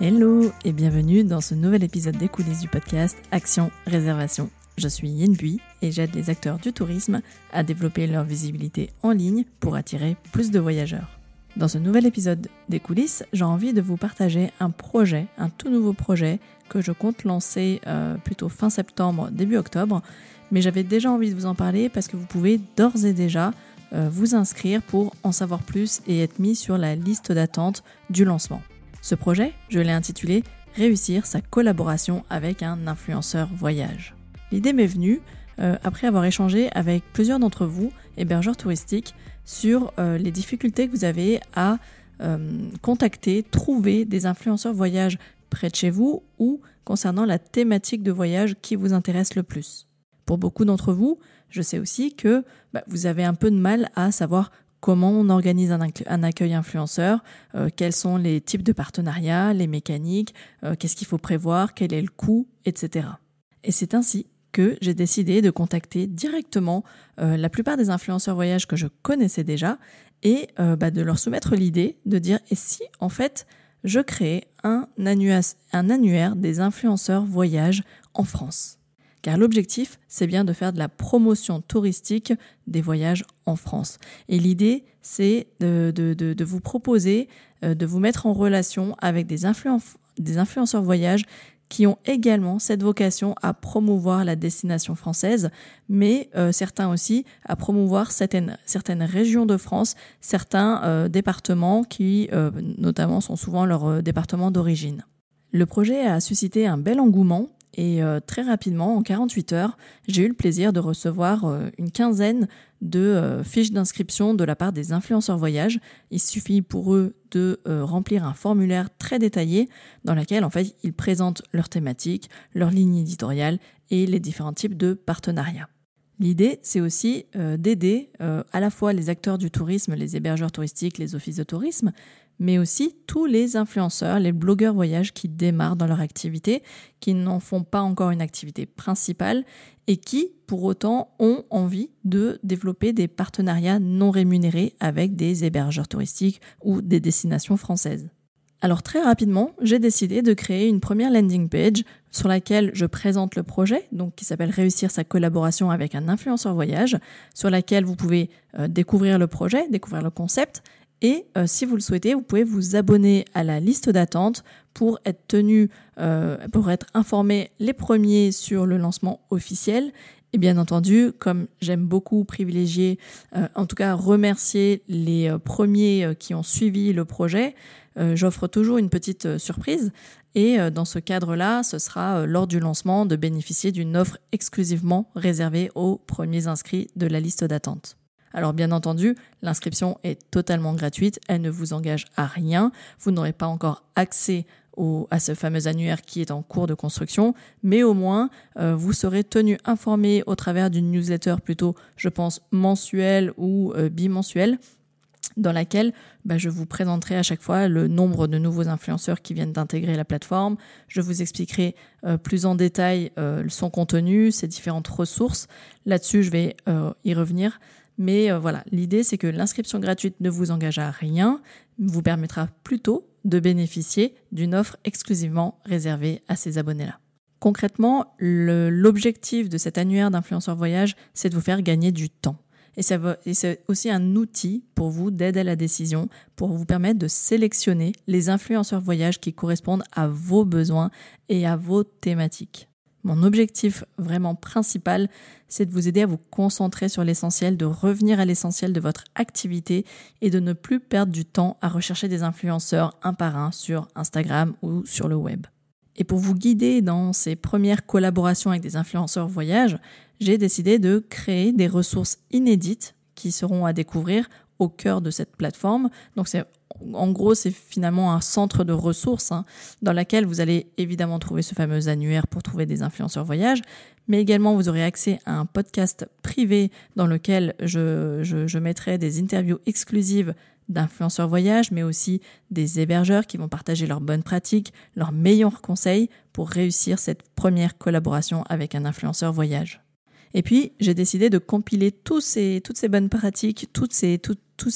Hello et bienvenue dans ce nouvel épisode des coulisses du podcast Action Réservation. Je suis Yin Bui et j'aide les acteurs du tourisme à développer leur visibilité en ligne pour attirer plus de voyageurs. Dans ce nouvel épisode des coulisses, j'ai envie de vous partager un tout nouveau projet que je compte lancer plutôt fin septembre, début octobre. Mais j'avais déjà envie de vous en parler parce que vous pouvez d'ores et déjà vous inscrire pour en savoir plus et être mis sur la liste d'attente du lancement. Ce projet, je l'ai intitulé « Réussir sa collaboration avec un influenceur voyage ». L'idée m'est venue après avoir échangé avec plusieurs d'entre vous, hébergeurs touristiques, sur les difficultés que vous avez à contacter, trouver des influenceurs voyage près de chez vous ou concernant la thématique de voyage qui vous intéresse le plus. Pour beaucoup d'entre vous, je sais aussi que vous avez un peu de mal à savoir comment on organise un accueil influenceur, quels sont les types de partenariats, les mécaniques, qu'est-ce qu'il faut prévoir, quel est le coût, etc. Et c'est ainsi que j'ai décidé de contacter directement la plupart des influenceurs voyage que je connaissais déjà et de leur soumettre l'idée de dire « et si en fait je créais un annuaire des influenceurs voyage en France ?» Car l'objectif, c'est bien de faire de la promotion touristique des voyages en France. Et l'idée, c'est de vous proposer, de vous mettre en relation avec des influenceurs voyage qui ont également cette vocation à promouvoir la destination française, mais certains aussi à promouvoir certaines régions de France, certains départements qui notamment sont souvent leurs départements d'origine. Le projet a suscité un bel engouement. Et très rapidement, en 48 heures, j'ai eu le plaisir de recevoir une quinzaine de fiches d'inscription de la part des influenceurs voyage. Il suffit pour eux de remplir un formulaire très détaillé dans lequel en fait, ils présentent leur thématique, leur ligne éditoriale et les différents types de partenariats. L'idée, c'est aussi d'aider à la fois les acteurs du tourisme, les hébergeurs touristiques, les offices de tourisme, mais aussi tous les influenceurs, les blogueurs voyage qui démarrent dans leur activité, qui n'en font pas encore une activité principale et qui, pour autant, ont envie de développer des partenariats non rémunérés avec des hébergeurs touristiques ou des destinations françaises. Alors très rapidement, j'ai décidé de créer une première landing page sur laquelle je présente le projet, donc qui s'appelle « Réussir sa collaboration avec un influenceur voyage », sur laquelle vous pouvez découvrir le projet, découvrir le concept. Et si vous le souhaitez, vous pouvez vous abonner à la liste d'attente pour être informé les premiers sur le lancement officiel. Et bien entendu, comme j'aime beaucoup privilégier, en tout cas remercier les premiers qui ont suivi le projet, j'offre toujours une petite surprise. Et dans ce cadre-là, ce sera lors du lancement de bénéficier d'une offre exclusivement réservée aux premiers inscrits de la liste d'attente. Alors bien entendu, l'inscription est totalement gratuite, elle ne vous engage à rien, vous n'aurez pas encore accès à ce fameux annuaire qui est en cours de construction, mais au moins vous serez tenu informé au travers d'une newsletter plutôt, je pense, mensuelle ou bimensuelle, dans laquelle je vous présenterai à chaque fois le nombre de nouveaux influenceurs qui viennent d'intégrer la plateforme. Je vous expliquerai plus en détail son contenu, ses différentes ressources. Là-dessus, je vais y revenir. Mais voilà, l'idée c'est que l'inscription gratuite ne vous engage à rien, vous permettra plutôt de bénéficier d'une offre exclusivement réservée à ces abonnés-là. Concrètement, l'objectif de cet annuaire d'influenceurs voyage, c'est de vous faire gagner du temps. Et c'est aussi un outil pour vous d'aide à la décision, pour vous permettre de sélectionner les influenceurs voyage qui correspondent à vos besoins et à vos thématiques. Mon objectif vraiment principal, c'est de vous aider à vous concentrer sur l'essentiel, de revenir à l'essentiel de votre activité et de ne plus perdre du temps à rechercher des influenceurs un par un sur Instagram ou sur le web. Et pour vous guider dans ces premières collaborations avec des influenceurs voyage, j'ai décidé de créer des ressources inédites qui seront à découvrir au cœur de cette plateforme. Donc en gros, c'est finalement un centre de ressources dans lequel vous allez évidemment trouver ce fameux annuaire pour trouver des influenceurs voyage, mais également vous aurez accès à un podcast privé dans lequel je mettrai des interviews exclusives d'influenceurs voyage, mais aussi des hébergeurs qui vont partager leurs bonnes pratiques, leurs meilleurs conseils pour réussir cette première collaboration avec un influenceur voyage. Et puis, j'ai décidé de compiler toutes ces bonnes pratiques, toutes tous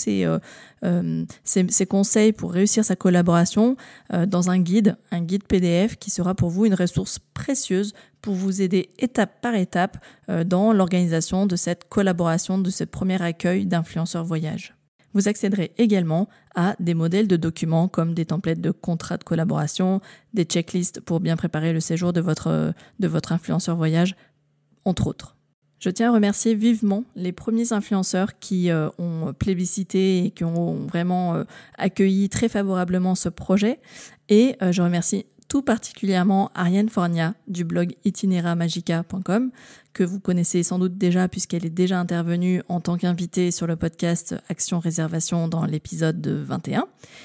ces conseils pour réussir sa collaboration dans un guide PDF qui sera pour vous une ressource précieuse pour vous aider étape par étape dans l'organisation de cette collaboration, de ce premier accueil d'influenceurs voyage. Vous accéderez également à des modèles de documents comme des templates de contrats de collaboration, des checklists pour bien préparer le séjour de votre influenceur voyage, entre autres. Je tiens à remercier vivement les premiers influenceurs qui ont plébiscité et qui ont vraiment accueilli très favorablement ce projet. Et je remercie tout particulièrement Ariane Fornia du blog itineramagica.com, que vous connaissez sans doute déjà puisqu'elle est déjà intervenue en tant qu'invitée sur le podcast Action Réservation dans l'épisode 21.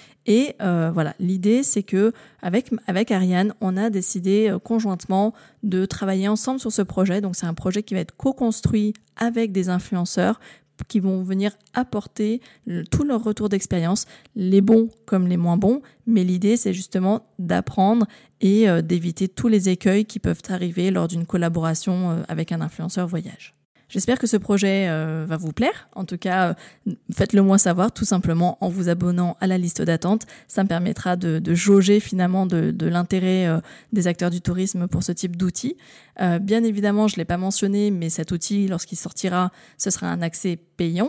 Et voilà, l'idée c'est que avec Ariane, on a décidé conjointement de travailler ensemble sur ce projet. Donc c'est un projet qui va être co-construit avec des influenceurs qui vont venir apporter tout leur retour d'expérience, les bons comme les moins bons. Mais l'idée, c'est justement d'apprendre et d'éviter tous les écueils qui peuvent arriver lors d'une collaboration avec un influenceur voyage. J'espère que ce projet va vous plaire. En tout cas, faites-le moi savoir tout simplement en vous abonnant à la liste d'attente. Ça me permettra de jauger finalement de l'intérêt des acteurs du tourisme pour ce type d'outil. Bien évidemment, je ne l'ai pas mentionné, mais cet outil, lorsqu'il sortira, ce sera un accès payant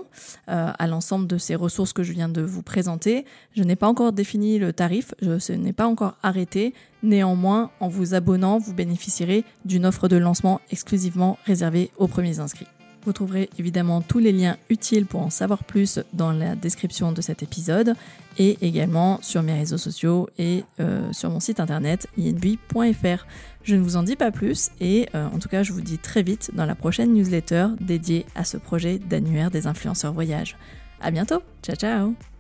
à l'ensemble de ces ressources que je viens de vous présenter. Je n'ai pas encore défini le tarif, ce n'est pas encore arrêté. Néanmoins, en vous abonnant, vous bénéficierez d'une offre de lancement exclusivement réservée aux premiers inscrits. Vous trouverez évidemment tous les liens utiles pour en savoir plus dans la description de cet épisode et également sur mes réseaux sociaux et sur mon site internet yenbui.fr. Je ne vous en dis pas plus et en tout cas je vous dis très vite dans la prochaine newsletter dédiée à ce projet d'annuaire des influenceurs voyage. À bientôt, ciao ciao.